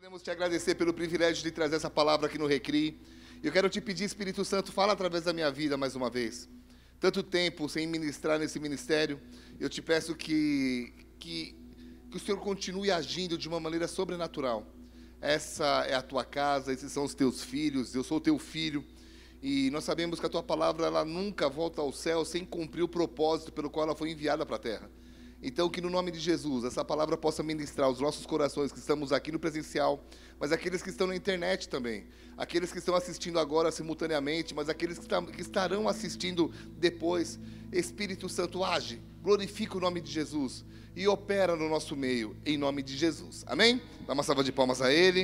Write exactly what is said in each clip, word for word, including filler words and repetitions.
queremos te agradecer pelo privilégio de trazer essa palavra aqui no Recri. Eu quero te pedir, Espírito Santo, fala através da minha vida mais uma vez. Tanto tempo sem ministrar nesse ministério, eu te peço que, que, que o Senhor continue agindo de uma maneira sobrenatural. Essa é a tua casa, esses são os teus filhos, eu sou o teu filho. E nós sabemos que a tua palavra ela nunca volta ao céu sem cumprir o propósito pelo qual ela foi enviada para a terra. Então, que no nome de Jesus, essa palavra possa ministrar os nossos corações que estamos aqui no presencial, mas aqueles que estão na internet também, aqueles que estão assistindo agora simultaneamente, mas aqueles que, está, que estarão assistindo depois. Espírito Santo, age, glorifica o nome de Jesus e opera no nosso meio, em nome de Jesus. Amém? Dá uma salva de palmas a Ele.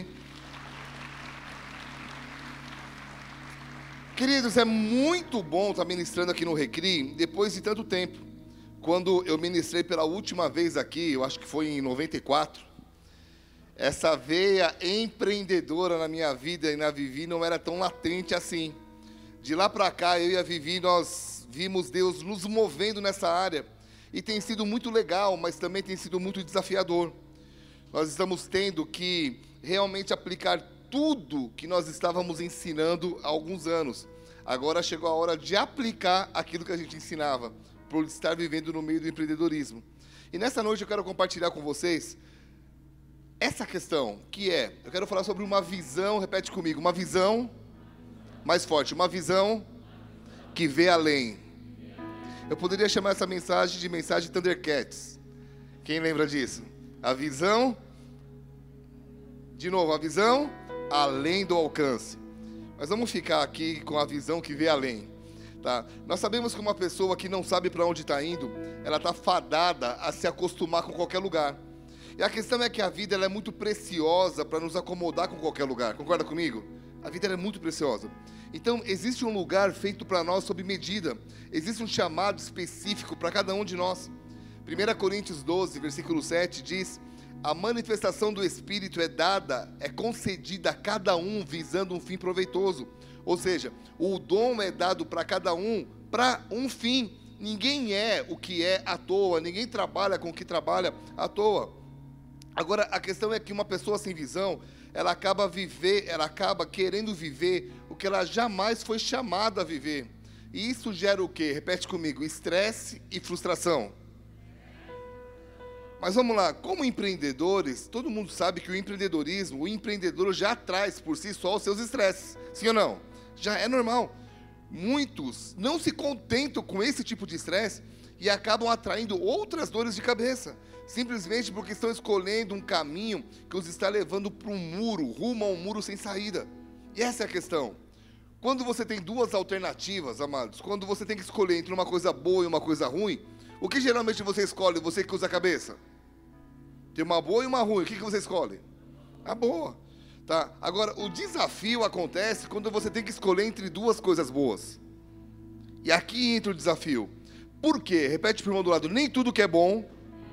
Queridos, é muito bom estar ministrando aqui no Recri, depois de tanto tempo. Quando eu ministrei pela última vez aqui, eu acho que foi em noventa e quatro, essa veia empreendedora na minha vida e na Vivi não era tão latente assim. De lá para cá, eu e a Vivi, nós vimos Deus nos movendo nessa área. E tem sido muito legal, mas também tem sido muito desafiador. Nós estamos tendo que realmente aplicar tudo que nós estávamos ensinando há alguns anos. Agora chegou a hora de aplicar aquilo que a gente ensinava, por estar vivendo no meio do empreendedorismo. E nessa noite eu quero compartilhar com vocês essa questão, que é, eu quero falar sobre uma visão, repete comigo, uma visão mais forte, uma visão que vê além. Eu poderia chamar essa mensagem de mensagem Thundercats. Quem lembra disso? A visão, de novo, a visão além do alcance. Mas vamos ficar aqui com a visão que vê além. Tá? Nós sabemos que uma pessoa que não sabe para onde está indo, ela está fadada a se acostumar com qualquer lugar. E a questão é que a vida ela é muito preciosa para nos acomodar com qualquer lugar. Concorda comigo? A vida ela é muito preciosa. Então, existe um lugar feito para nós sob medida. Existe um chamado específico para cada um de nós. primeira Coríntios doze, versículo sete, diz: a manifestação do Espírito é dada, é concedida a cada um visando um fim proveitoso. Ou seja, o dom é dado para cada um para um fim. Ninguém é o que é à toa, ninguém trabalha com o que trabalha à toa. Agora, a questão é que uma pessoa sem visão, ela acaba viver, ela acaba querendo viver o que ela jamais foi chamada a viver. E isso gera o quê? Repete comigo: estresse e frustração. Mas vamos lá, como empreendedores, todo mundo sabe que o empreendedorismo, o empreendedor já traz por si só os seus estresses. Sim ou não? Já é normal. Muitos não se contentam com esse tipo de estresse e acabam atraindo outras dores de cabeça, simplesmente porque estão escolhendo um caminho que os está levando para um muro, rumo a um muro sem saída. E essa é a questão. Quando você tem duas alternativas, amados, quando você tem que escolher entre uma coisa boa e uma coisa ruim, o que geralmente você escolhe, você que usa a cabeça? Tem uma boa e uma ruim, o que, que você escolhe? A boa. Tá? Agora, o desafio acontece quando você tem que escolher entre duas coisas boas. E aqui entra o desafio. Por quê? Repete para o irmão do lado: nem tudo que é bom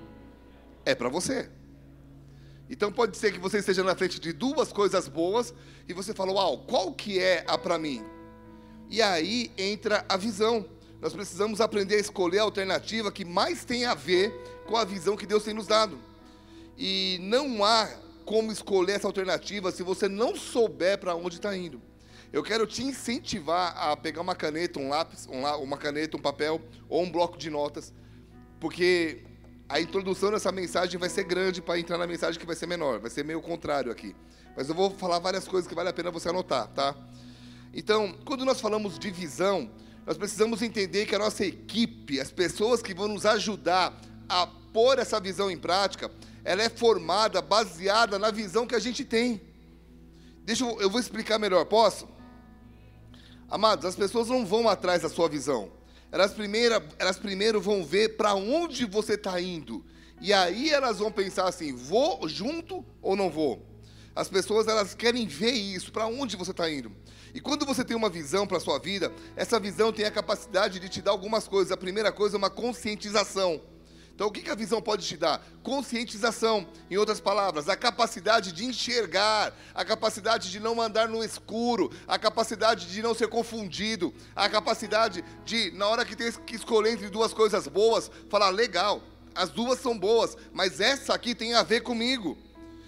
é para você. Então pode ser que você esteja na frente de duas coisas boas e você fala: uau, qual que é a para mim? E aí entra a visão. Nós precisamos aprender a escolher a alternativa que mais tem a ver com a visão que Deus tem nos dado. E não há como escolher essa alternativa se você não souber para onde está indo. Eu quero te incentivar a pegar uma caneta, um lápis, um lá, uma caneta, um papel ou um bloco de notas, porque a introdução dessa mensagem vai ser grande para entrar na mensagem que vai ser menor, vai ser meio contrário aqui. Mas eu vou falar várias coisas que vale a pena você anotar, tá? Então, quando nós falamos de visão, nós precisamos entender que a nossa equipe, as pessoas que vão nos ajudar a pôr essa visão em prática, ela é formada, baseada na visão que a gente tem. Deixa eu, eu vou explicar melhor, posso? Amados, as pessoas não vão atrás da sua visão. Elas primeiro, elas primeiro vão ver para onde você está indo. E aí elas vão pensar assim: vou junto ou não vou? As pessoas elas querem ver isso, para onde você está indo. E quando você tem uma visão para a sua vida, essa visão tem a capacidade de te dar algumas coisas. A primeira coisa é uma conscientização. Então, o que a visão pode te dar? Conscientização. Em outras palavras, a capacidade de enxergar, a capacidade de não andar no escuro, a capacidade de não ser confundido, a capacidade de, na hora que tem que escolher entre duas coisas boas, falar: legal, as duas são boas, mas essa aqui tem a ver comigo.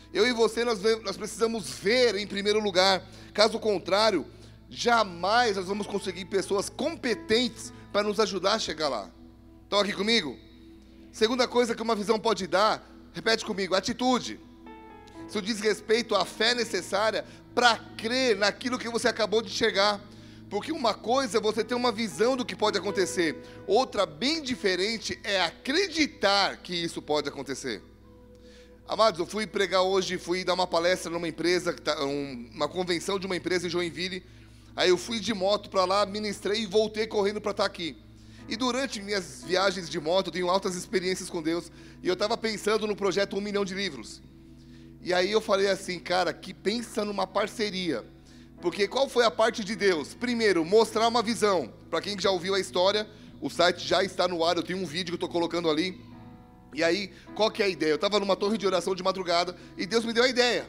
Eu e você, nós, nós precisamos ver em primeiro lugar. Caso contrário, jamais nós vamos conseguir pessoas competentes para nos ajudar a chegar lá. Estão aqui comigo? Segunda coisa que uma visão pode dar, repete comigo, atitude. Isso diz respeito à fé necessária para crer naquilo que você acabou de enxergar. Porque uma coisa é você ter uma visão do que pode acontecer, outra bem diferente é acreditar que isso pode acontecer. Amados, eu fui pregar hoje, fui dar uma palestra numa empresa, uma convenção de uma empresa em Joinville. Aí eu fui de moto para lá, ministrei e voltei correndo para estar aqui. E durante minhas viagens de moto, eu tenho altas experiências com Deus, e eu estava pensando no projeto Um Milhão de Livros. E aí eu falei assim, cara, que pensa numa parceria. Porque qual foi a parte de Deus? Primeiro, mostrar uma visão. Para quem já ouviu a história, o site já está no ar, eu tenho um vídeo que eu estou colocando ali. E aí, qual que é a ideia? Eu estava numa torre de oração de madrugada e Deus me deu a ideia.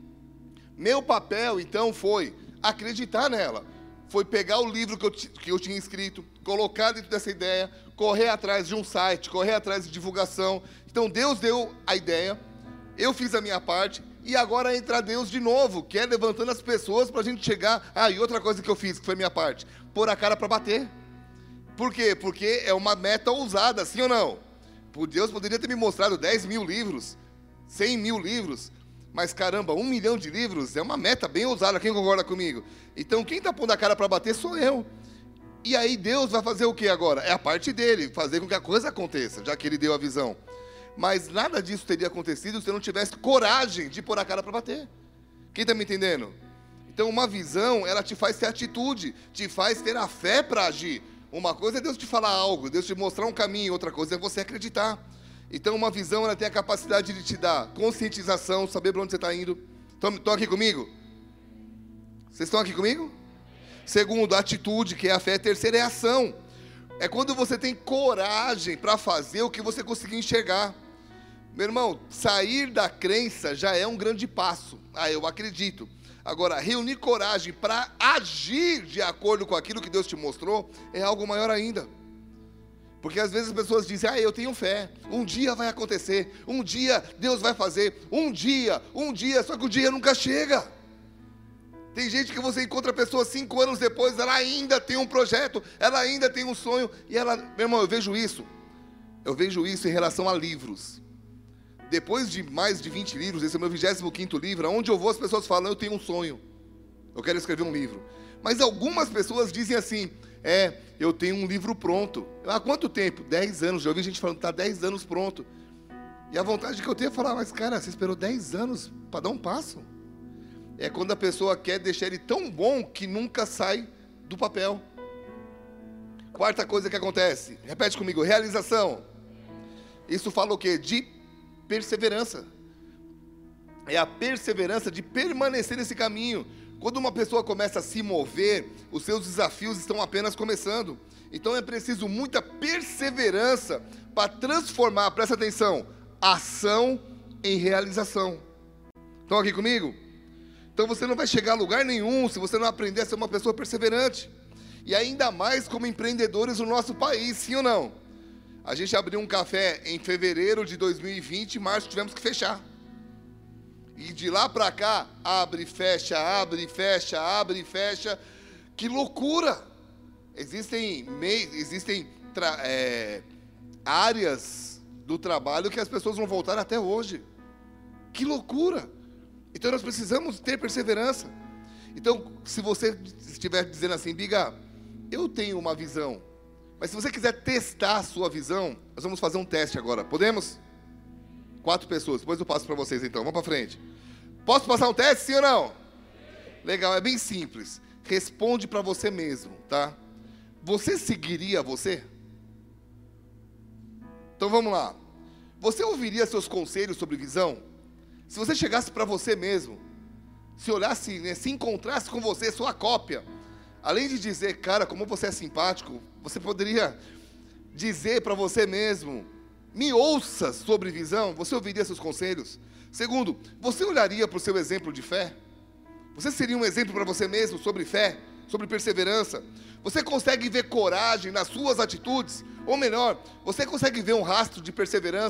Meu papel, então, foi acreditar nela. Foi pegar o livro que eu, que eu tinha escrito, colocar dentro dessa ideia, correr atrás de um site, correr atrás de divulgação. Então, Deus deu a ideia, eu fiz a minha parte, e agora entra Deus de novo, que é levantando as pessoas para a gente chegar... Ah, e outra coisa que eu fiz, que foi a minha parte, pôr a cara para bater. Por quê? Porque é uma meta ousada, sim ou não? Por Deus poderia ter me mostrado dez mil livros, cem mil livros, mas caramba, um milhão de livros é uma meta bem ousada, quem concorda comigo? Então quem está pondo a cara para bater sou eu. E aí Deus vai fazer o que agora? É a parte dele, fazer com que a coisa aconteça, já que ele deu a visão. Mas nada disso teria acontecido se eu não tivesse coragem de pôr a cara para bater. Quem está me entendendo? Então uma visão, ela te faz ter atitude, te faz ter a fé para agir. Uma coisa é Deus te falar algo, Deus te mostrar um caminho, outra coisa é você acreditar. Então uma visão, ela tem a capacidade de te dar conscientização, saber para onde você está indo. Estão, estão aqui comigo? Vocês estão aqui comigo? Segundo, a atitude, que é a fé. Terceira é a ação. É quando você tem coragem para fazer o que você conseguiu enxergar. Meu irmão, sair da crença já é um grande passo. Ah, eu acredito. Agora, reunir coragem para agir de acordo com aquilo que Deus te mostrou é algo maior ainda. Porque às vezes as pessoas dizem, ah, eu tenho fé, um dia vai acontecer, um dia Deus vai fazer, um dia, um dia, só que o dia nunca chega. Tem gente que você encontra a pessoa cinco anos depois, ela ainda tem um projeto, ela ainda tem um sonho, e ela, meu irmão, eu vejo isso, eu vejo isso em relação a livros. Depois de mais de vinte livros, esse é o meu vigésimo quinto livro, onde eu vou as pessoas falam, eu tenho um sonho, eu quero escrever um livro. Mas algumas pessoas dizem assim, é, eu tenho um livro pronto. Há quanto tempo? dez anos, já ouvi gente falando, está dez anos pronto. E a vontade que eu tenho é falar, mas cara, você esperou dez anos para dar um passo? É quando a pessoa quer deixar ele tão bom que nunca sai do papel. Quarta coisa que acontece, repete comigo, realização. Isso fala o quê? De perseverança. É a perseverança de permanecer nesse caminho. Quando uma pessoa começa a se mover, os seus desafios estão apenas começando. Então é preciso muita perseverança para transformar, presta atenção, ação em realização. Estão aqui comigo? Então você não vai chegar a lugar nenhum se você não aprender a ser uma pessoa perseverante. E ainda mais como empreendedores no nosso país, sim ou não? A gente abriu um café em fevereiro de dois mil e vinte, em março tivemos que fechar. E de lá para cá, abre, fecha, abre, fecha, abre, fecha. Que loucura! Existem, meios, existem tra- é, áreas do trabalho que as pessoas vão voltar até hoje. Que loucura! Então nós precisamos ter perseverança. Então, se você estiver dizendo assim, Biga, eu tenho uma visão, mas se você quiser testar a sua visão, nós vamos fazer um teste agora. Podemos? Quatro pessoas, depois eu passo para vocês então, vamos para frente. Posso passar um teste, sim ou não? Legal, é bem simples. Responde para você mesmo, tá? Você seguiria você? Então vamos lá. Você ouviria seus conselhos sobre visão? Se você chegasse para você mesmo, se olhasse, né, se encontrasse com você, sua cópia, além de dizer, cara, como você é simpático, você poderia dizer para você mesmo, me ouça sobre visão, você ouviria seus conselhos? Segundo, você olharia para o seu exemplo de fé? Você seria um exemplo para você mesmo sobre fé, sobre perseverança? Você consegue ver coragem nas suas atitudes? Ou melhor, você consegue ver um rastro de perseverança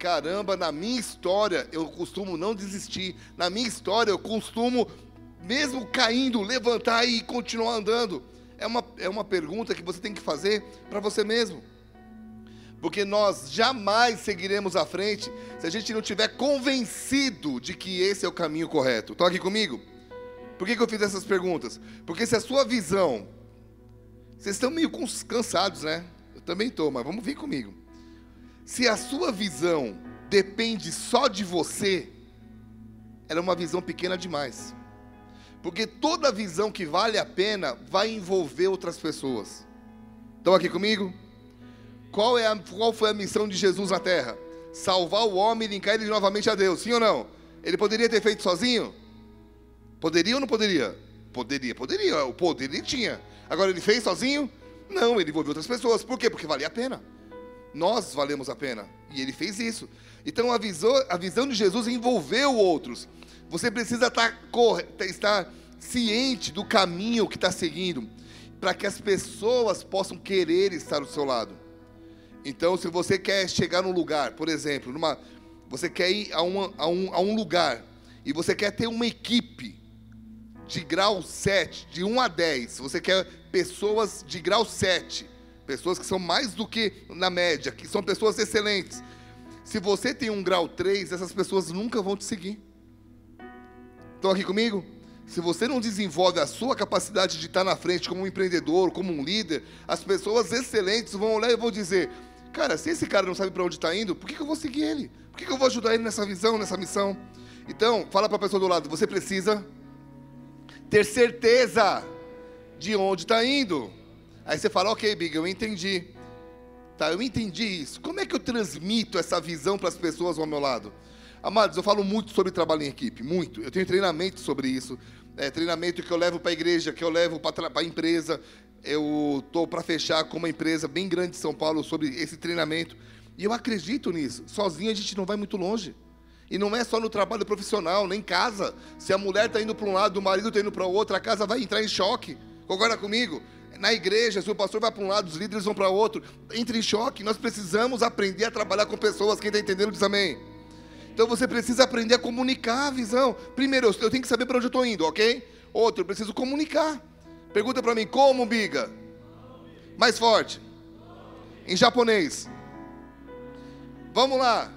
caramba, na minha história eu costumo não desistir. Na minha história eu costumo, mesmo caindo, levantar e continuar andando. É uma, é uma pergunta que você tem que fazer para você mesmo. Porque nós jamais seguiremos à frente se a gente não tiver convencido de que esse é o caminho correto. Estão aqui comigo? Por que que eu fiz essas perguntas? Porque se a sua visão... Vocês estão meio cansados, né? Eu também estou, mas vamos vir comigo. Se a sua visão depende só de você, ela é uma visão pequena demais. Porque toda visão que vale a pena vai envolver outras pessoas. Estão aqui comigo? Qual, é a, qual foi a missão de Jesus na terra? Salvar o homem e linkar ele novamente a Deus, sim ou não? Ele poderia ter feito sozinho? Poderia ou não poderia? Poderia, poderia, o poder ele tinha. Agora ele fez sozinho? Não, ele envolveu outras pessoas. Por quê? Porque valia a pena. Nós valemos a pena. E ele fez isso. Então a visão, a visão de Jesus envolveu outros. Você precisa estar, estar ciente do caminho que está seguindo, para que as pessoas possam querer estar do seu lado. Então, se você quer chegar num lugar, por exemplo, numa, você quer ir a, uma, a, um, a um lugar, e você quer ter uma equipe de grau sete, de um a dez, você quer pessoas de grau sete, pessoas que são mais do que na média, que são pessoas excelentes. Se você tem um grau três, essas pessoas nunca vão te seguir. Estão aqui comigo? Se você não desenvolve a sua capacidade de estar na frente como um empreendedor, como um líder, as pessoas excelentes vão olhar e vão dizer: cara, se esse cara não sabe para onde está indo, por que que eu vou seguir ele? Por que que eu vou ajudar ele nessa visão, nessa missão? Então, fala para a pessoa do lado: você precisa ter certeza de onde está indo. Aí você fala: ok, Big, eu entendi. Tá, eu entendi isso. Como é que eu transmito essa visão para as pessoas ao meu lado? Amados, eu falo muito sobre trabalho em equipe, muito. Eu tenho treinamento sobre isso. É, treinamento que eu levo para a igreja, que eu levo para a empresa. Eu estou para fechar com uma empresa bem grande de São Paulo sobre esse treinamento. E eu acredito nisso. Sozinho a gente não vai muito longe. E não é só no trabalho profissional, nem em casa. Se a mulher está indo para um lado, o marido está indo para o outro, a casa vai entrar em choque. Concorda comigo? Na igreja, se o pastor vai para um lado, os líderes vão para o outro, entra em choque. Nós precisamos aprender a trabalhar com pessoas. Quem está entendendo diz amém. Então você precisa aprender a comunicar a visão. Primeiro, eu tenho que saber para onde eu estou indo, ok? Outro, eu preciso comunicar. Pergunta para mim: como, Biga? Mais forte. Em japonês. Vamos lá.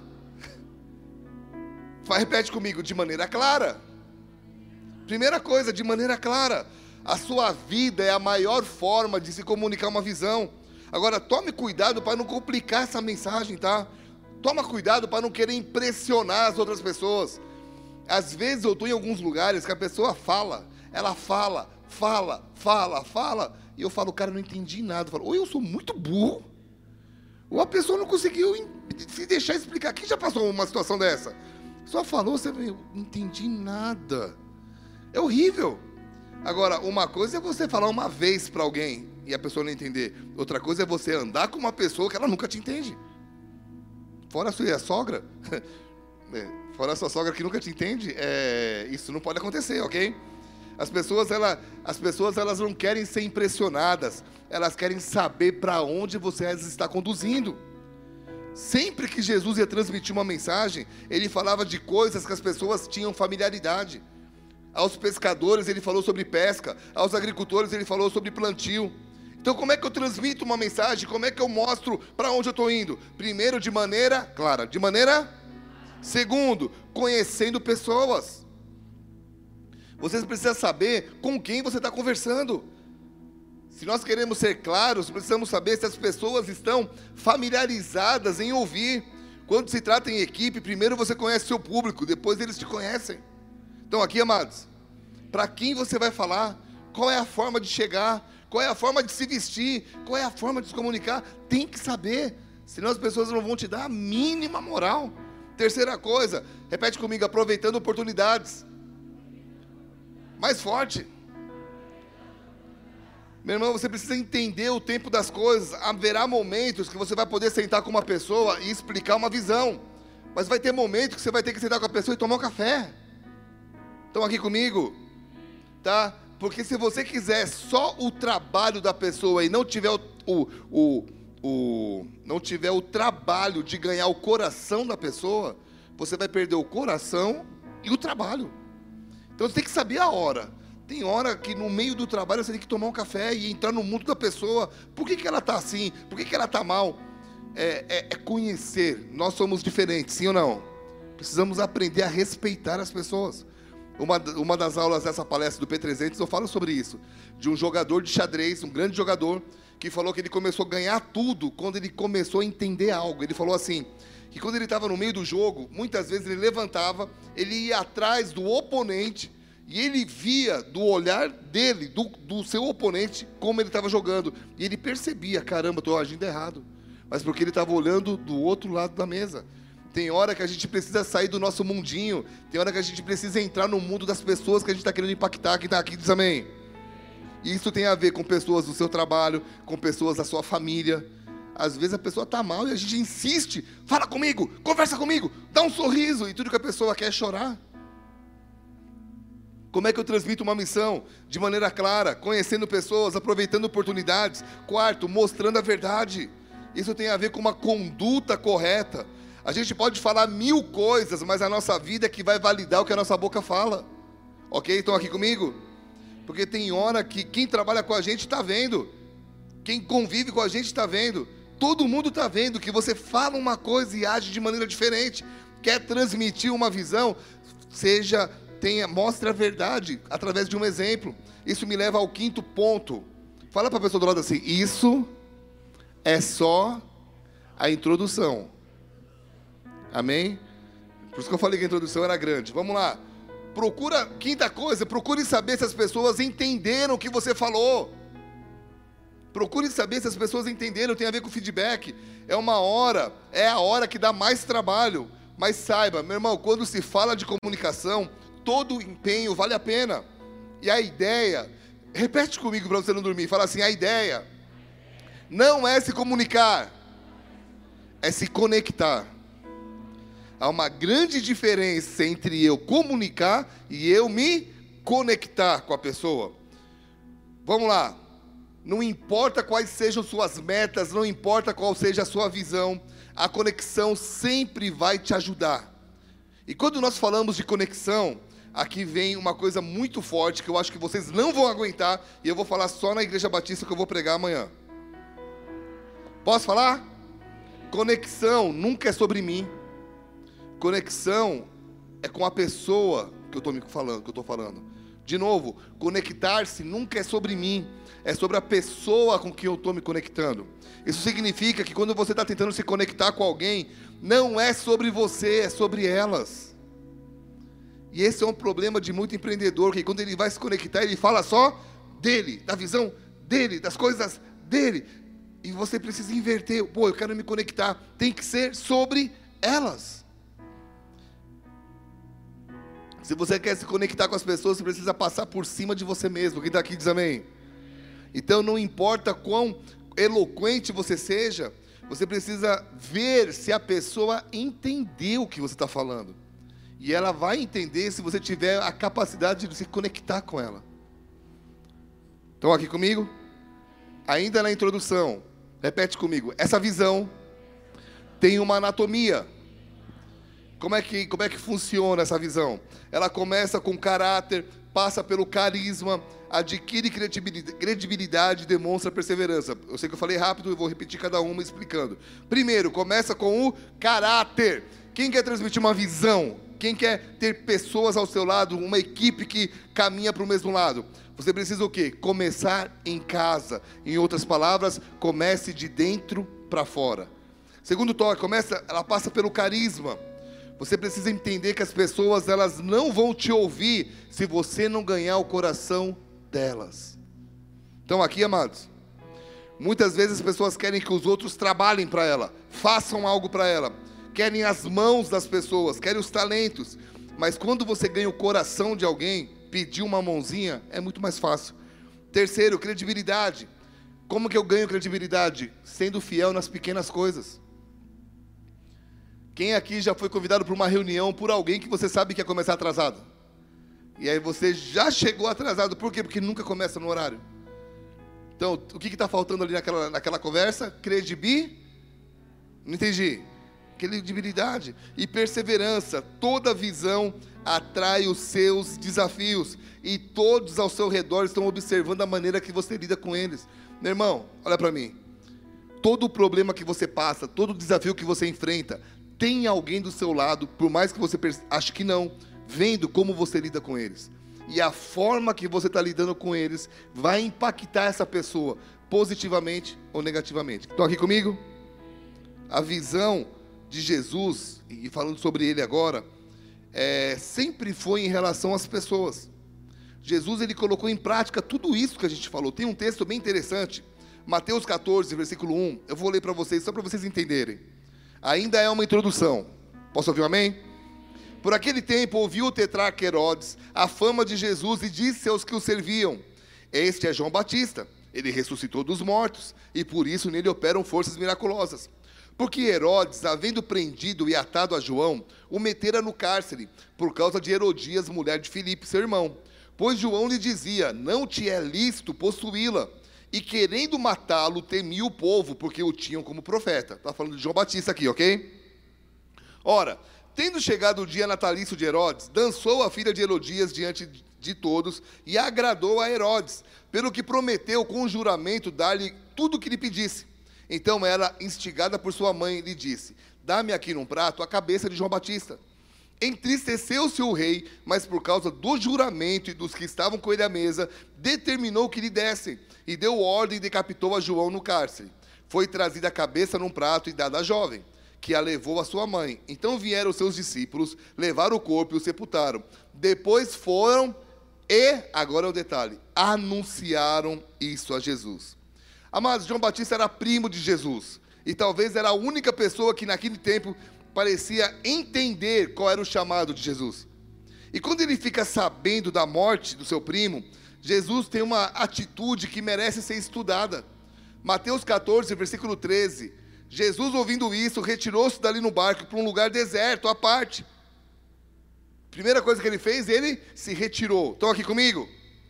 Repete comigo: de maneira clara. Primeira coisa, de maneira clara. A sua vida é a maior forma de se comunicar uma visão. Agora, tome cuidado para não complicar essa mensagem, tá? Toma cuidado para não querer impressionar as outras pessoas. Às vezes eu estou em alguns lugares que a pessoa fala, ela fala, fala, fala, fala, e eu falo: cara, eu não entendi nada. Eu falo: ou eu sou muito burro, ou a pessoa não conseguiu se deixar explicar. Quem já passou uma situação dessa? Só falou, você não entendi nada. É horrível. Agora, uma coisa é você falar uma vez para alguém e a pessoa não entender. Outra coisa é você andar com uma pessoa que ela nunca te entende. Fora a sua sogra, fora a sua sogra que nunca te entende, é, isso não pode acontecer, ok? As pessoas, ela, as pessoas elas não querem ser impressionadas, elas querem saber para onde você as está conduzindo. Sempre que Jesus ia transmitir uma mensagem, ele falava de coisas que as pessoas tinham familiaridade. Aos pescadores ele falou sobre pesca, aos agricultores ele falou sobre plantio. Então como é que eu transmito uma mensagem? Como é que eu mostro para onde eu estou indo? Primeiro, de maneira clara. De maneira? Segundo, conhecendo pessoas. Vocês precisam saber com quem você está conversando. Se nós queremos ser claros, precisamos saber se as pessoas estão familiarizadas em ouvir. Quando se trata em equipe, primeiro você conhece seu público, depois eles te conhecem. Então aqui, amados, para quem você vai falar? Qual é a forma de chegar? Qual é a forma de se vestir? Qual é a forma de se comunicar? Tem que saber, senão as pessoas não vão te dar a mínima moral. Terceira coisa, repete comigo: aproveitando oportunidades. Mais forte. Meu irmão, você precisa entender o tempo das coisas. Haverá momentos que você vai poder sentar com uma pessoa e explicar uma visão, mas vai ter momentos que você vai ter que sentar com a pessoa e tomar um café. Estão aqui comigo? Tá? Porque se você quiser só o trabalho da pessoa e não tiver o, o, o, o, não tiver o trabalho de ganhar o coração da pessoa, você vai perder o coração e o trabalho. Então você tem que saber a hora. Tem hora que no meio do trabalho você tem que tomar um café e entrar no mundo da pessoa. Por que que ela está assim? Por que que ela está mal? É, é, é conhecer. Nós somos diferentes, sim ou não? Precisamos aprender a respeitar as pessoas. Uma, uma das aulas dessa palestra do P trezentos, eu falo sobre isso. De um jogador de xadrez, um grande jogador, que falou que ele começou a ganhar tudo quando ele começou a entender algo. Ele falou assim, que quando ele estava no meio do jogo, muitas vezes ele levantava, ele ia atrás do oponente, e ele via do olhar dele, do, do seu oponente, como ele estava jogando. E ele percebia, caramba, estou agindo errado. Mas porque ele estava olhando do outro lado da mesa. Tem hora que a gente precisa sair do nosso mundinho. Tem hora que a gente precisa entrar no mundo das pessoas que a gente está querendo impactar. Quem está aqui diz amém. E isso tem a ver com pessoas do seu trabalho, com pessoas da sua família. Às vezes a pessoa está mal e a gente insiste. Fala comigo, conversa comigo, dá um sorriso. E tudo que a pessoa quer é chorar. Como é que eu transmito uma missão? De maneira clara, conhecendo pessoas, aproveitando oportunidades. Quarto, mostrando a verdade. Isso tem a ver com uma conduta correta. A gente pode falar mil coisas, mas a nossa vida é que vai validar o que a nossa boca fala. Ok? Estão aqui comigo? Porque tem hora que quem trabalha com a gente está vendo. Quem convive com a gente está vendo. Todo mundo está vendo que você fala uma coisa e age de maneira diferente. Quer transmitir uma visão? Seja... Tenha, mostre a verdade através de um exemplo. Isso me leva ao quinto ponto. Fala para a pessoa do lado assim, isso é só a introdução. Amém? Por isso que eu falei que a introdução era grande. Vamos lá. Procura, quinta coisa, procure saber se as pessoas entenderam o que você falou. Procure saber se as pessoas entenderam, tem a ver com feedback. É uma hora, é a hora que dá mais trabalho. Mas saiba, meu irmão, quando se fala de comunicação, todo empenho vale a pena. E a ideia, repete comigo para você não dormir, fala assim, a ideia não é se comunicar, é se conectar. Há uma grande diferença entre eu comunicar e eu me conectar com a pessoa. Vamos lá, não importa quais sejam suas metas, não importa qual seja a sua visão, a conexão sempre vai te ajudar. E quando nós falamos de conexão, aqui vem uma coisa muito forte que eu acho que vocês não vão aguentar e eu vou falar só na Igreja Batista que eu vou pregar amanhã. Posso falar? Conexão nunca é sobre mim. Conexão é com a pessoa que eu estou falando, que eu estou falando. De novo, conectar-se nunca é sobre mim, é sobre a pessoa com quem eu estou me conectando. Isso significa que quando você está tentando se conectar com alguém, não é sobre você, é sobre elas. E esse é um problema de muito empreendedor, que quando ele vai se conectar, ele fala só dele, da visão dele, das coisas dele. E você precisa inverter. Pô, eu quero me conectar. Tem que ser sobre elas. Se você quer se conectar com as pessoas, você precisa passar por cima de você mesmo. Quem está aqui diz amém. Então não importa quão eloquente você seja, você precisa ver se a pessoa entendeu o que você está falando. E ela vai entender se você tiver a capacidade de se conectar com ela. Estão aqui comigo? Ainda na introdução, repete comigo. Essa visão tem uma anatomia. Como é que, como é que funciona essa visão? Ela começa com caráter, passa pelo carisma, adquire credibilidade e demonstra perseverança. Eu sei que eu falei rápido, eu vou repetir cada uma explicando. Primeiro, começa com o caráter. Quem quer transmitir uma visão? Quem quer ter pessoas ao seu lado, uma equipe que caminha para o mesmo lado? Você precisa o quê? Começar em casa. Em outras palavras, comece de dentro para fora. Segundo toque, começa, ela passa pelo carisma. Você precisa entender que as pessoas, elas não vão te ouvir se você não ganhar o coração delas. Então aqui, amados, muitas vezes as pessoas querem que os outros trabalhem para ela, façam algo para ela, querem as mãos das pessoas, querem os talentos, mas quando você ganha o coração de alguém, pedir uma mãozinha é muito mais fácil. Terceiro, credibilidade. Como que eu ganho credibilidade? Sendo fiel nas pequenas coisas. Quem aqui já foi convidado para uma reunião por alguém que você sabe que ia começar atrasado? E aí você já chegou atrasado, por quê? Porque nunca começa no horário. Então, o que está faltando ali naquela, naquela conversa? Credibilidade. Não entendi. Credibilidade e perseverança. Toda visão atrai os seus desafios. E todos ao seu redor estão observando a maneira que você lida com eles. Meu irmão, olha para mim. Todo o problema que você passa, todo o desafio que você enfrenta, tem alguém do seu lado, por mais que você ache que não, vendo como você lida com eles. E a forma que você está lidando com eles vai impactar essa pessoa, positivamente ou negativamente. Estão aqui comigo? A visão de Jesus, e falando sobre ele agora, é, sempre foi em relação às pessoas. Jesus, ele colocou em prática tudo isso que a gente falou. Tem um texto bem interessante, Mateus catorze, versículo um. Eu vou ler para vocês, só para vocês entenderem. Ainda é uma introdução. Posso ouvir um amém? Por aquele tempo ouviu o tetrarca Herodes a fama de Jesus e disse aos que o serviam: este é João Batista, ele ressuscitou dos mortos, e por isso nele operam forças miraculosas. Porque Herodes, havendo prendido e atado a João, o metera no cárcere, por causa de Herodias, mulher de Filipe, seu irmão. Pois João lhe dizia: não te é lícito possuí-la. E querendo matá-lo, temia o povo, porque o tinham como profeta. Está falando de João Batista aqui, ok? Ora, tendo chegado o dia natalício de Herodes, dançou a filha de Herodias diante de todos e agradou a Herodes, pelo que prometeu com juramento dar-lhe tudo o que lhe pedisse. Então ela, instigada por sua mãe, lhe disse: dá-me aqui num prato a cabeça de João Batista. Entristeceu-se o rei, mas por causa do juramento e dos que estavam com ele à mesa, determinou que lhe dessem, e deu ordem e decapitou a João no cárcere. Foi trazida a cabeça num prato e dada à jovem, que a levou à sua mãe. Então vieram os seus discípulos, levaram o corpo e o sepultaram. Depois foram e, agora é o detalhe, anunciaram isso a Jesus. Amados, João Batista era primo de Jesus, e talvez era a única pessoa que naquele tempo parecia entender qual era o chamado de Jesus. E quando ele fica sabendo da morte do seu primo, Jesus tem uma atitude que merece ser estudada. Mateus catorze, versículo treze. Jesus, ouvindo isso, retirou-se dali no barco para um lugar deserto, à parte. Primeira coisa que ele fez, ele se retirou. Estão aqui comigo?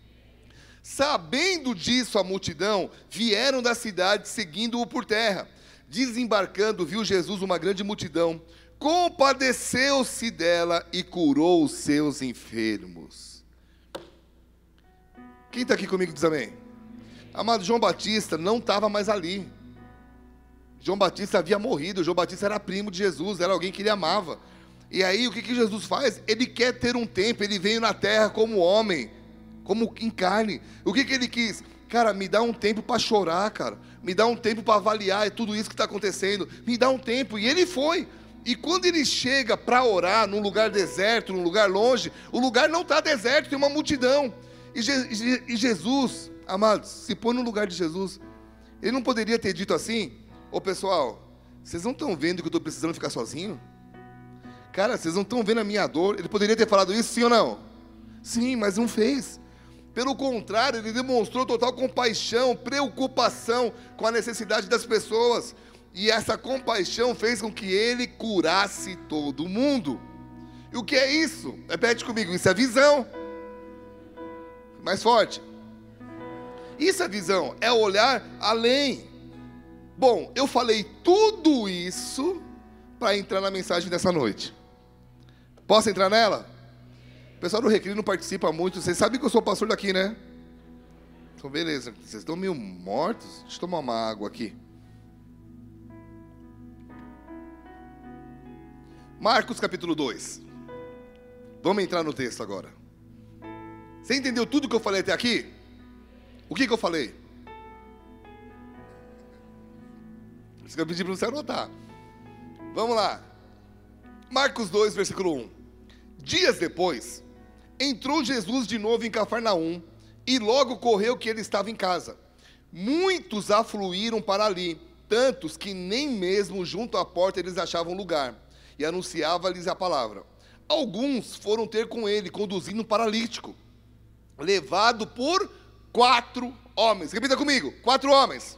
Sabendo disso a multidão, vieram da cidade seguindo-o por terra. Desembarcando, viu Jesus uma grande multidão, compadeceu-se dela e curou os seus enfermos. Quem está aqui comigo diz amém? Amado, João Batista não estava mais ali. João Batista havia morrido. João Batista era primo de Jesus, era alguém que ele amava. E aí o que, que Jesus faz? Ele quer ter um tempo. Ele veio na terra como homem, como em carne. O que, que ele quis? Cara, me dá um tempo para chorar, cara. Me dá um tempo para avaliar tudo isso que está acontecendo. Me dá um tempo. E ele foi. E quando ele chega para orar num lugar deserto, num lugar longe, o lugar não está deserto, tem uma multidão. E, Je- e Jesus, amados, se põe no lugar de Jesus. Ele não poderia ter dito assim: ô pessoal, vocês não estão vendo que eu estou precisando ficar sozinho? Cara, vocês não estão vendo a minha dor? Ele poderia ter falado isso, sim ou não? Sim, mas não fez. Pelo contrário, ele demonstrou total compaixão, preocupação com a necessidade das pessoas. E essa compaixão fez com que ele curasse todo mundo. E o que é isso? Repete comigo, isso é visão. Mais forte. Isso é visão, é olhar além. Bom, eu falei tudo isso para entrar na mensagem dessa noite. Posso entrar nela? O pessoal do Recreio não participa muito. Vocês sabem que eu sou pastor daqui, né? Então, beleza. Vocês estão meio mortos? Deixa eu tomar uma água aqui. Marcos capítulo dois. Vamos entrar no texto agora. Você entendeu tudo que eu falei até aqui? O que, que eu falei? Isso que eu pedi para você anotar. Vamos lá. Marcos dois, versículo um. Dias depois, entrou Jesus de novo em Cafarnaum, e logo correu que ele estava em casa. Muitos afluíram para ali, tantos que nem mesmo junto à porta eles achavam lugar, e anunciava-lhes a palavra. Alguns foram ter com ele, conduzindo um paralítico, levado por quatro homens. Repita comigo, quatro homens.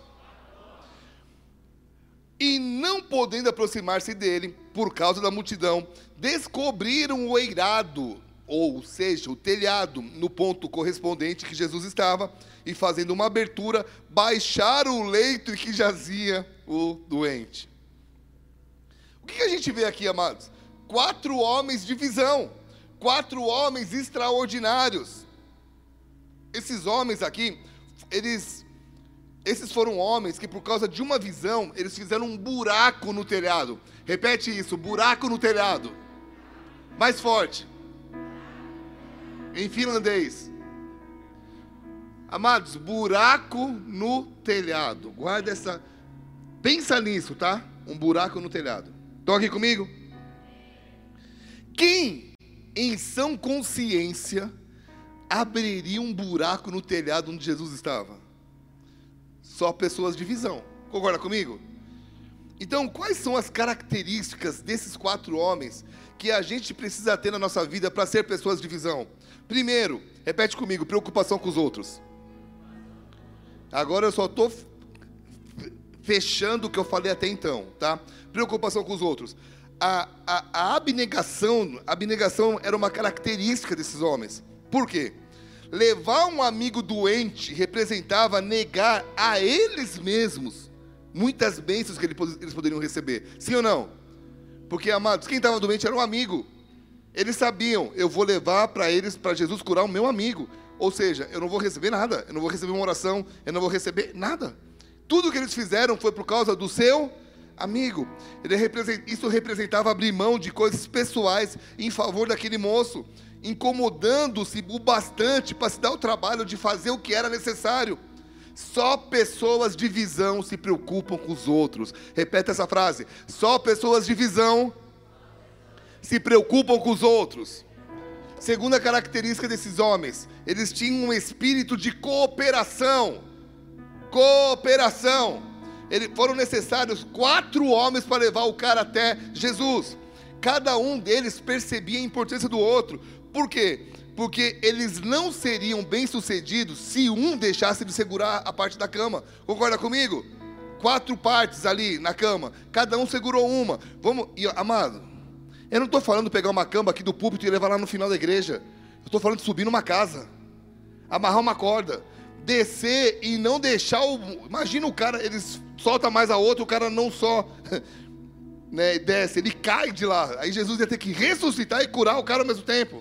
E não podendo aproximar-se dele, por causa da multidão, descobriram o eirado ou seja, o telhado, no ponto correspondente que Jesus estava, e fazendo uma abertura, baixaram o leito em que jazia o doente. O que a gente vê aqui, amados? Quatro homens de visão, quatro homens extraordinários. Esses homens aqui, eles, esses foram homens que por causa de uma visão, eles fizeram um buraco no telhado. Repete isso, buraco no telhado. Mais forte. Em finlandês. Amados, buraco no telhado. Guarda essa, pensa nisso, tá? Um buraco no telhado. Estão aqui comigo? Quem, em sã consciência, abriria um buraco no telhado onde Jesus estava? Só pessoas de visão. Concorda comigo? Então, quais são as características desses quatro homens que a gente precisa ter na nossa vida para ser pessoas de visão? Primeiro, repete comigo, preocupação com os outros. Agora eu só estou fechando o que eu falei até então, tá? Preocupação com os outros. A, a, a abnegação, a abnegação era uma característica desses homens. Por quê? Levar um amigo doente representava negar a eles mesmos muitas bênçãos que eles poderiam receber. Sim ou não? Porque, amados, quem estava doente era um amigo. Eles sabiam, eu vou levar para eles, para Jesus curar o meu amigo. Ou seja, eu não vou receber nada, eu não vou receber uma oração, eu não vou receber nada. Tudo que eles fizeram foi por causa do seu amigo. Ele represent... Isso representava abrir mão de coisas pessoais em favor daquele moço, incomodando-se o bastante para se dar o trabalho de fazer o que era necessário. Só pessoas de visão se preocupam com os outros. Repete essa frase. Só pessoas de visão se preocupam com os outros. Segunda característica desses homens, eles tinham um espírito de cooperação. Cooperação. Eles, foram necessários quatro homens para levar o cara até Jesus. Cada um deles percebia a importância do outro. Por quê? Porque eles não seriam bem-sucedidos se um deixasse de segurar a parte da cama. Concorda comigo? Quatro partes ali na cama, cada um segurou uma. Vamos, e, amado, eu não estou falando de pegar uma cama aqui do púlpito e levar lá no final da igreja. Eu estou falando de subir numa casa, amarrar uma corda, descer e não deixar o... Imagina o cara, eles soltam mais a outra, o cara não só... né, desce, ele cai de lá. Aí Jesus ia ter que ressuscitar e curar o cara ao mesmo tempo.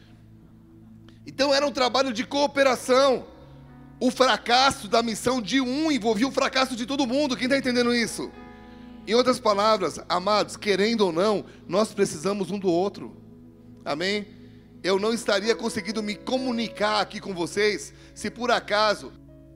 Então era um trabalho de cooperação. O fracasso da missão de um envolvia o fracasso de todo mundo. Quem está entendendo isso? Em outras palavras, amados, querendo ou não, nós precisamos um do outro. Amém? Eu não estaria conseguindo me comunicar aqui com vocês se por acaso...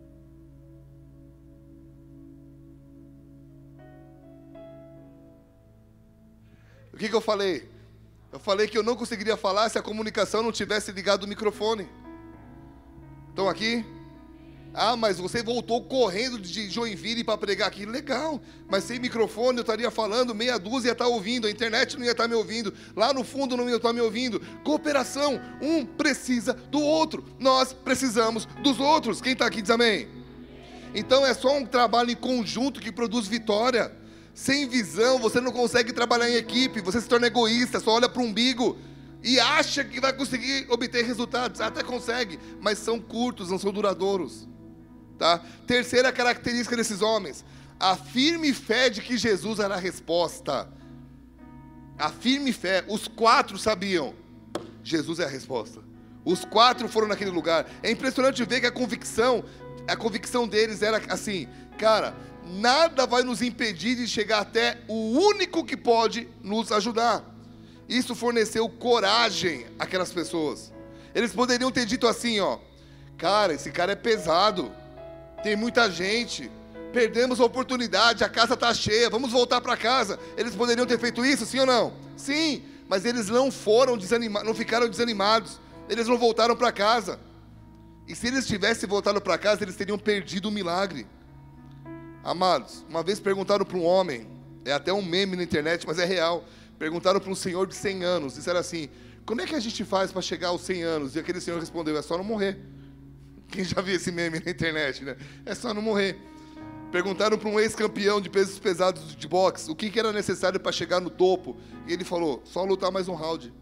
O que que eu falei? Eu falei que eu não conseguiria falar se a comunicação não tivesse ligado o microfone. Estão aqui? Ah, mas você voltou correndo de Joinville para pregar aqui. Legal, mas sem microfone eu estaria falando, meia dúzia ia estar ouvindo, a internet não ia estar me ouvindo, lá no fundo não ia estar me ouvindo. Cooperação, um precisa do outro, nós precisamos dos outros. Quem está aqui diz amém? Então é só um trabalho em conjunto que produz vitória. Sem visão, você não consegue trabalhar em equipe, você se torna egoísta, só olha para o umbigo e acha que vai conseguir obter resultados. Até consegue, mas são curtos, não são duradouros. Tá? Terceira característica desses homens, a firme fé de que Jesus era a resposta. A firme fé, os quatro sabiam, Jesus é a resposta. Os quatro foram naquele lugar. É impressionante ver que a convicção, a convicção deles era assim, cara, nada vai nos impedir de chegar até o único que pode nos ajudar. Isso forneceu coragem àquelas pessoas. Eles poderiam ter dito assim, ó, cara, esse cara é pesado, tem muita gente, perdemos a oportunidade, a casa está cheia, vamos voltar para casa. Eles poderiam ter feito isso, sim ou não? Sim, mas eles não foram desanimados, não ficaram desanimados, eles não voltaram para casa. E se eles tivessem voltado para casa, eles teriam perdido o milagre. Amados, uma vez perguntaram para um homem, é até um meme na internet, mas é real, perguntaram para um senhor de cem anos, disseram assim, como é que a gente faz para chegar aos cem anos? E aquele senhor respondeu, é só não morrer. Quem já viu esse meme na internet, né? É só não morrer. Perguntaram para um ex-campeão de pesos pesados de boxe, o que, que era necessário para chegar no topo, e ele falou, só lutar mais um round.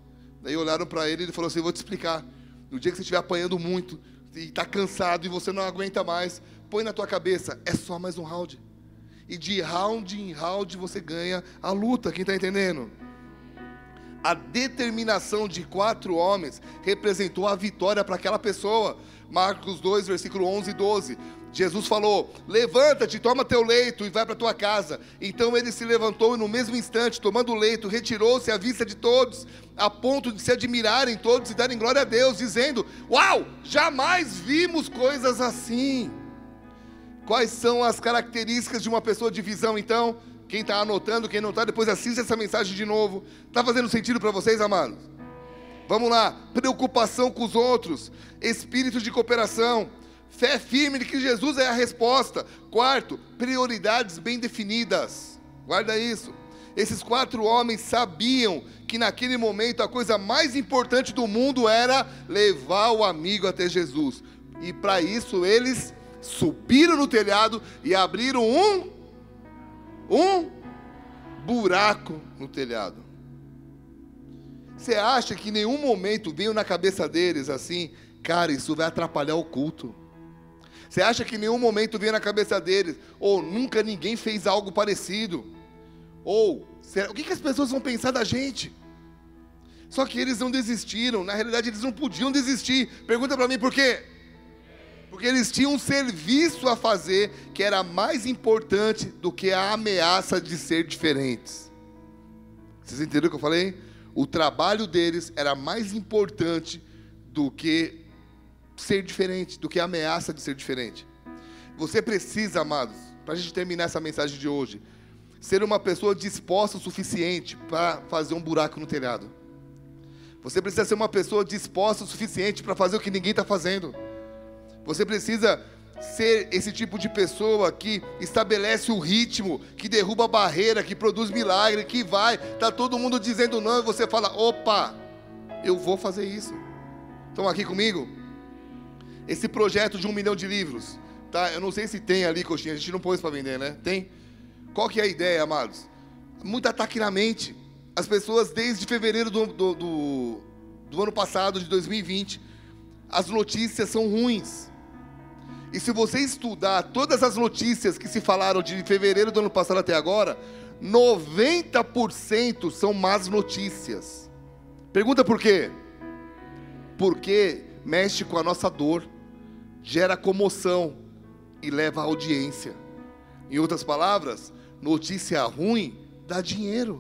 Daí olharam para ele e ele falou assim, vou te explicar. No dia que você estiver apanhando muito, e está cansado e você não aguenta mais, põe na tua cabeça, é só mais um round. E de round em round você ganha a luta, quem está entendendo? A determinação de quatro homens representou a vitória para aquela pessoa. Marcos dois, versículo onze e doze. Jesus falou, levanta-te, toma teu leito e vai para tua casa. Então ele se levantou e no mesmo instante, tomando o leito, retirou-se à vista de todos, a ponto de se admirarem todos e darem glória a Deus, dizendo, uau, jamais vimos coisas assim. Quais são as características de uma pessoa de visão, então? Quem está anotando, quem não está, depois assiste essa mensagem de novo. Está fazendo sentido para vocês, amados? Vamos lá. Preocupação com os outros, espírito de cooperação, fé firme de que Jesus é a resposta. Quarto, prioridades bem definidas. Guarda isso. Esses quatro homens sabiam que naquele momento a coisa mais importante do mundo era levar o amigo até Jesus. E para isso eles subiram no telhado e abriram um, um buraco no telhado. Você acha que em nenhum momento veio na cabeça deles assim, cara, isso vai atrapalhar o culto? Você acha que em nenhum momento veio na cabeça deles, ou nunca ninguém fez algo parecido? Ou, será, o que, que as pessoas vão pensar da gente? Só que eles não desistiram, na realidade eles não podiam desistir. Pergunta para mim por quê? Porque eles tinham um serviço a fazer que era mais importante do que a ameaça de ser diferentes. Vocês entenderam o que eu falei? O trabalho deles era mais importante do que ser diferente, do que a ameaça de ser diferente. Você precisa, amados, para a gente terminar essa mensagem de hoje, ser uma pessoa disposta o suficiente para fazer um buraco no telhado. Você precisa ser uma pessoa disposta o suficiente para fazer o que ninguém está fazendo. Você precisa ser esse tipo de pessoa que estabelece o ritmo, que derruba a barreira, que produz milagre, que vai, está todo mundo dizendo não, e você fala, opa, eu vou fazer isso. Estão aqui comigo? Esse projeto de um milhão de livros, tá? Eu não sei se tem ali, coxinha, a gente não pôs para vender, né? Tem? Qual que é a ideia, amados? Muito ataque na mente. As pessoas, desde fevereiro do, do, do, do ano passado, de dois mil e vinte, as notícias são ruins. E se você estudar todas as notícias que se falaram de fevereiro do ano passado até agora, noventa por cento são más notícias. Pergunta por quê? Porque mexe com a nossa dor, gera comoção e leva à audiência. Em outras palavras, notícia ruim dá dinheiro.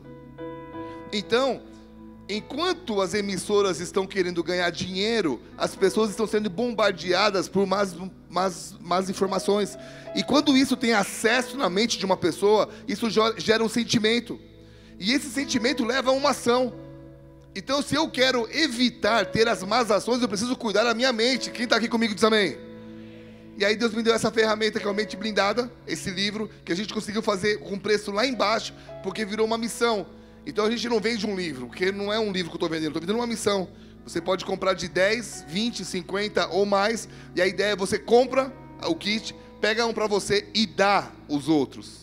Então, enquanto as emissoras estão querendo ganhar dinheiro, as pessoas estão sendo bombardeadas por más, más, más informações. E quando isso tem acesso na mente de uma pessoa, isso gera um sentimento. E esse sentimento leva a uma ação. Então, se eu quero evitar ter as más ações, eu preciso cuidar da minha mente. Quem está aqui comigo diz amém. E aí Deus me deu essa ferramenta que é a Mente Blindada, esse livro, que a gente conseguiu fazer com preço lá embaixo, porque virou uma missão. Então a gente não vende um livro, porque não é um livro que eu estou vendendo, eu estou vendendo uma missão. Você pode comprar de dez, vinte, cinquenta ou mais, e a ideia é você compra o kit, pega um para você e dá os outros.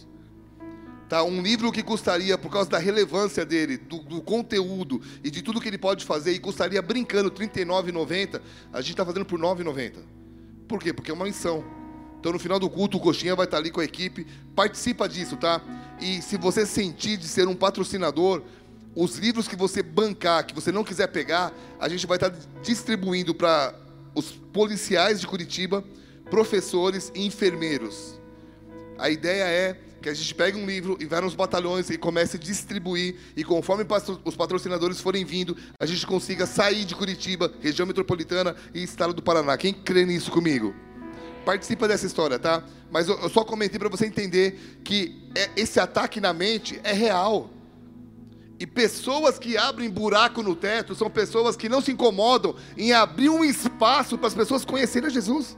Tá? Um livro que custaria, por causa da relevância dele, do, do conteúdo e de tudo que ele pode fazer, e custaria brincando trinta e nove reais e noventa centavos, a gente está fazendo por nove reais e noventa centavos. Por quê? Porque é uma missão. Então no final do culto o Coxinha vai estar ali com a equipe, participa disso, tá? E se você sentir de ser um patrocinador, os livros que você bancar, que você não quiser pegar, a gente vai estar distribuindo para os policiais de Curitiba, professores e enfermeiros. A ideia é que a gente pegue um livro e vá nos batalhões e comece a distribuir, e conforme os patrocinadores forem vindo, a gente consiga sair de Curitiba, região metropolitana e estado do Paraná. Quem crê nisso comigo? Participa dessa história, tá? Mas eu, eu só comentei para você entender que é, esse ataque na mente é real. E pessoas que abrem buraco no teto são pessoas que não se incomodam em abrir um espaço para as pessoas conhecerem Jesus.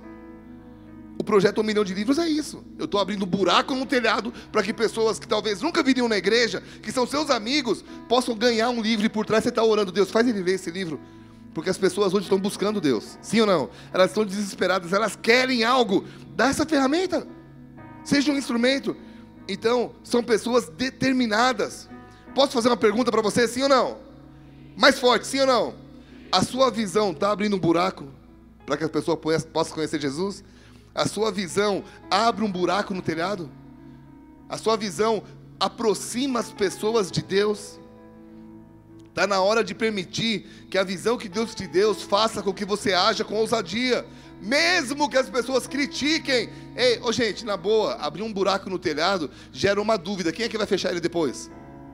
O projeto Um Milhão de Livros é isso. Eu estou abrindo um buraco no telhado para que pessoas que talvez nunca viriam na igreja, que são seus amigos, possam ganhar um livro e por trás você está orando, Deus, faz ele ler esse livro. Porque as pessoas hoje estão buscando Deus. Sim ou não? Elas estão desesperadas, elas querem algo. Dá essa ferramenta. Seja um instrumento. Então, são pessoas determinadas. Posso fazer uma pergunta para você, sim ou não? Mais forte, sim ou não? A sua visão está abrindo um buraco para que a pessoa possa conhecer Jesus? A sua visão abre um buraco no telhado? A sua visão aproxima as pessoas de Deus? Está na hora de permitir que a visão que Deus te deu faça com que você haja com ousadia, mesmo que as pessoas critiquem. Ei, ô gente, na boa, abrir um buraco no telhado gera uma dúvida: quem é que vai fechar ele depois?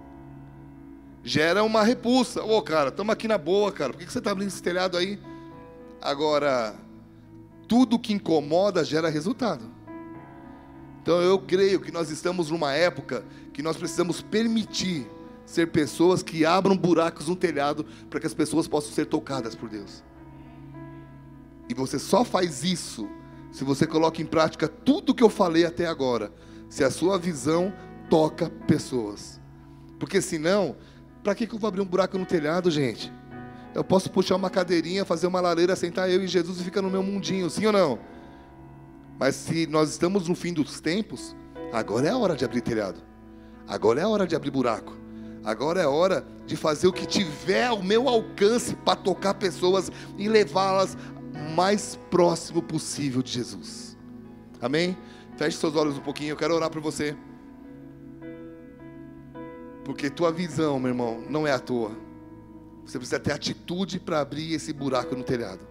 Gera uma repulsa. Ô cara, estamos aqui na boa, cara, por que você está abrindo esse telhado aí? Agora, tudo que incomoda gera resultado. Então eu creio que nós estamos numa época que nós precisamos permitir ser pessoas que abram buracos no telhado para que as pessoas possam ser tocadas por Deus. E você só faz isso se você coloca em prática tudo que eu falei até agora, se a sua visão toca pessoas. Porque senão, para que eu vou abrir um buraco no telhado, gente? Eu posso puxar uma cadeirinha, fazer uma lareira, sentar eu e Jesus e ficar no meu mundinho, sim ou não? Mas se nós estamos no fim dos tempos, agora é a hora de abrir telhado. Agora é a hora de abrir buraco. Agora é hora de fazer o que tiver ao meu alcance para tocar pessoas e levá-las o mais próximo possível de Jesus. Amém? Feche seus olhos um pouquinho, eu quero orar por você. Porque tua visão, meu irmão, não é à toa. Você precisa ter atitude para abrir esse buraco no telhado.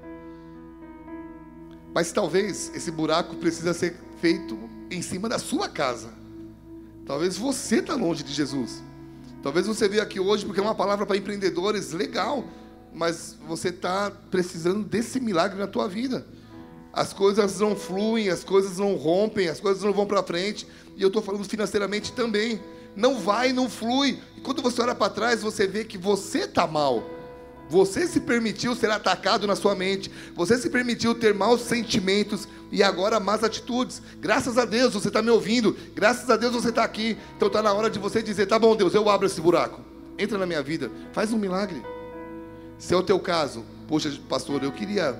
Mas talvez esse buraco precisa ser feito em cima da sua casa. Talvez você está longe de Jesus. Talvez você veio aqui hoje porque é uma palavra para empreendedores, legal, mas você está precisando desse milagre na tua vida. As coisas não fluem, as coisas não rompem, as coisas não vão para frente, e eu estou falando financeiramente também. Não vai, não flui. E quando você olha para trás, você vê que você está mal. Você se permitiu ser atacado na sua mente. Você se permitiu ter maus sentimentos e agora más atitudes. Graças a Deus você está me ouvindo. Graças a Deus você está aqui. Então está na hora de você dizer: tá bom, Deus, eu abro esse buraco. Entra na minha vida. Faz um milagre. Se é o teu caso, poxa, pastor, eu queria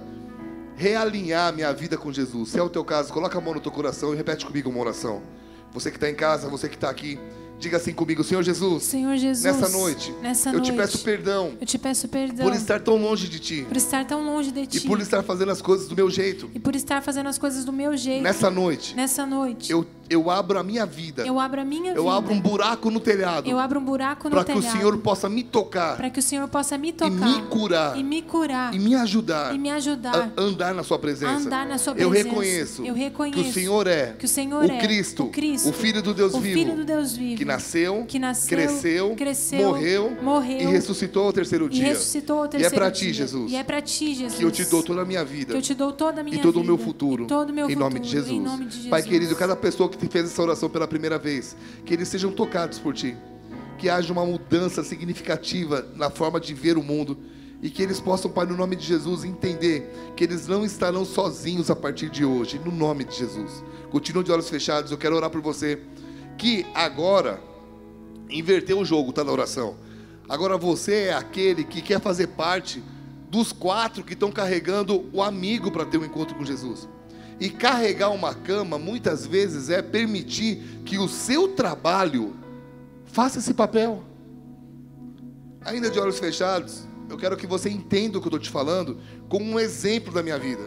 realinhar minha vida com Jesus. Se é o teu caso, coloca a mão no teu coração e repete comigo uma oração. Você que está em casa, você que está aqui, diga assim comigo: Senhor Jesus, Senhor Jesus, nessa noite, nessa eu noite, te peço perdão, eu te peço perdão por estar tão longe de Ti, por estar tão longe de Ti, e por estar fazendo as coisas do meu jeito. e por estar fazendo as coisas do meu jeito. Nessa noite, nessa noite, eu, eu abro a minha vida, eu abro a minha eu vida, abro um buraco no telhado, eu abro um buraco no para telhado, que o Senhor possa me tocar, para que o Senhor possa me tocar, e me curar, e me curar, e me ajudar, e me ajudar a andar na Sua presença. a andar na Sua Eu presença. reconheço, eu reconheço que o Senhor é, que o, Senhor o, é Cristo, o Cristo, o Filho do Deus o vivo, Filho do Deus vivo, que nasceu, que nasceu, cresceu, cresceu, morreu, morreu e ressuscitou ao terceiro e dia. ressuscitou ao E é terceiro para Ti, dia. Jesus, E é para Ti, Jesus, que eu te dou toda a minha vida, que eu te dou toda a minha e todo o meu vida, futuro, e todo o meu em, futuro, nome de Jesus. em nome de Jesus. Pai querido, cada pessoa que te fez essa oração pela primeira vez, que eles sejam tocados por Ti, que haja uma mudança significativa na forma de ver o mundo, e que eles possam, Pai, no nome de Jesus, entender que eles não estarão sozinhos a partir de hoje, no nome de Jesus. Continua de olhos fechados. Eu quero orar por você, que agora inverteu o jogo, tá, na oração. Agora você é aquele que quer fazer parte dos quatro que estão carregando o amigo para ter um encontro com Jesus. E carregar uma cama, muitas vezes, é permitir que o seu trabalho faça esse papel. Ainda de olhos fechados, eu quero que você entenda o que eu estou te falando como um exemplo da minha vida.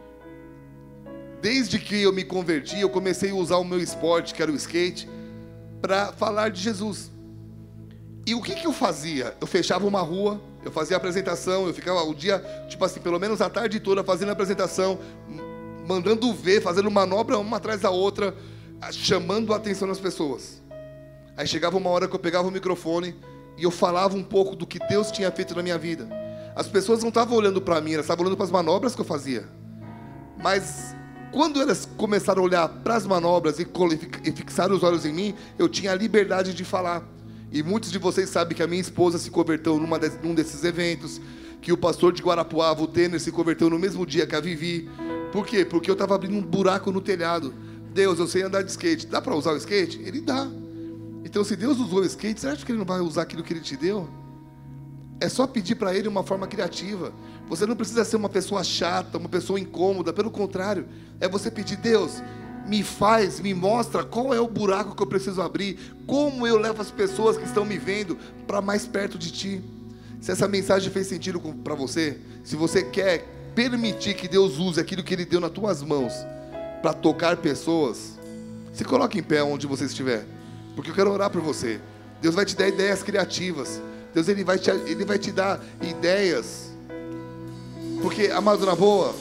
Desde que eu me converti, eu comecei a usar o meu esporte, que era o skate, para falar de Jesus. E o que, que eu fazia? Eu fechava uma rua, eu fazia a apresentação, eu ficava o dia, tipo assim, pelo menos a tarde toda fazendo a apresentação, mandando ver, fazendo manobra uma atrás da outra, chamando a atenção das pessoas. Aí chegava uma hora que eu pegava o microfone e eu falava um pouco do que Deus tinha feito na minha vida. As pessoas não estavam olhando para mim, elas estavam olhando para as manobras que eu fazia. Mas quando elas começaram a olhar para as manobras e fixaram os olhos em mim, eu tinha a liberdade de falar. E muitos de vocês sabem que a minha esposa se converteu numa de, num desses eventos, que o pastor de Guarapuava, o Tener, se converteu no mesmo dia que a Vivi. Por quê? Porque eu estava abrindo um buraco no telhado. Deus, eu sei andar de skate. Dá para usar o skate? Ele dá. Então, se Deus usou o skate, você acha que Ele não vai usar aquilo que Ele te deu? É só pedir para Ele uma forma criativa. Você não precisa ser uma pessoa chata, uma pessoa incômoda. Pelo contrário, é você pedir: Deus, me faz, me mostra qual é o buraco que eu preciso abrir, como eu levo as pessoas que estão me vendo para mais perto de Ti. Se essa mensagem fez sentido para você, se você quer permitir que Deus use aquilo que Ele deu nas tuas mãos para tocar pessoas, se coloque em pé onde você estiver, porque eu quero orar por você. Deus vai te dar ideias criativas. Deus ele vai te, ele vai te dar ideias. Porque, amado, na boa,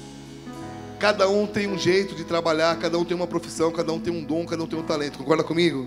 cada um tem um jeito de trabalhar, cada um tem uma profissão, cada um tem um dom, cada um tem um talento. Concorda comigo?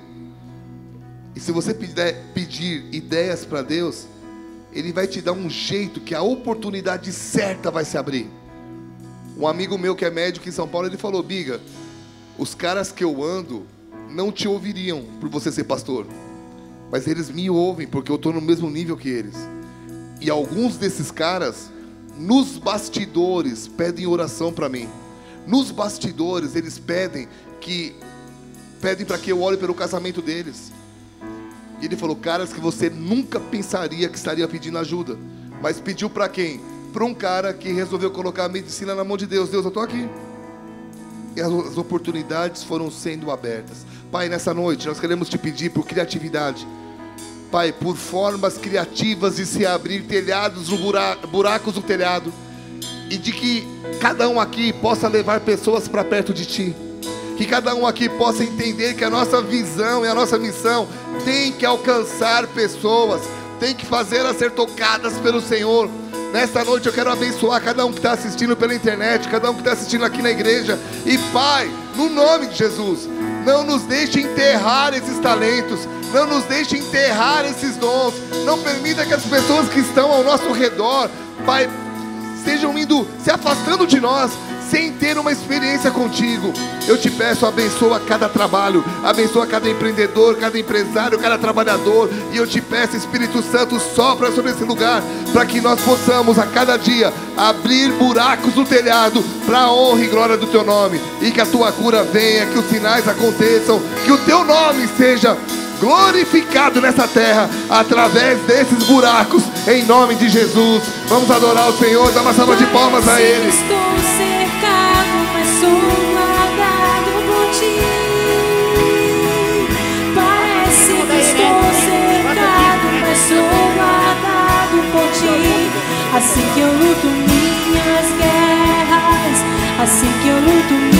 E se você pedir, pedir ideias para Deus, Ele vai te dar um jeito que a oportunidade certa vai se abrir. Um amigo meu que é médico em São Paulo, ele falou: Biga, os caras que eu ando não te ouviriam por você ser pastor, mas eles me ouvem porque eu estou no mesmo nível que eles. E alguns desses caras, nos bastidores, pedem oração para mim. Nos bastidores, eles pedem que pedem para que eu ore pelo casamento deles. E ele falou: caras que você nunca pensaria que estaria pedindo ajuda, mas pediu para quem? Para um cara que resolveu colocar a medicina na mão de Deus. Deus, eu estou aqui. E as, as oportunidades foram sendo abertas. Pai, nessa noite nós queremos te pedir por criatividade. Pai, por formas criativas de se abrir telhados, no buraco, buracos no telhado, e de que cada um aqui possa levar pessoas para perto de Ti. Que cada um aqui possa entender que a nossa visão e a nossa missão tem que alcançar pessoas, tem que fazê-las ser tocadas pelo Senhor. Nesta noite eu quero abençoar cada um que está assistindo pela internet, cada um que está assistindo aqui na igreja. E Pai, no nome de Jesus, não nos deixe enterrar esses talentos, não nos deixe enterrar esses dons. Não permita que as pessoas que estão ao nosso redor, Pai, estejam indo, se afastando de nós, sem ter uma experiência contigo. Eu te peço, abençoa cada trabalho, abençoa cada empreendedor, cada empresário, cada trabalhador. E eu te peço, Espírito Santo, sopra sobre esse lugar, para que nós possamos a cada dia abrir buracos no telhado, para a honra e glória do Teu nome. E que a Tua cura venha, que os sinais aconteçam, que o Teu nome seja glorificado nessa terra, através desses buracos, em nome de Jesus. Vamos adorar o Senhor, dar uma salva de palmas a Ele. Estou cercado, mas sou guardado por Ti. Parece que estou cercado, mas sou guardado por Ti. Assim que eu luto minhas guerras, assim que eu luto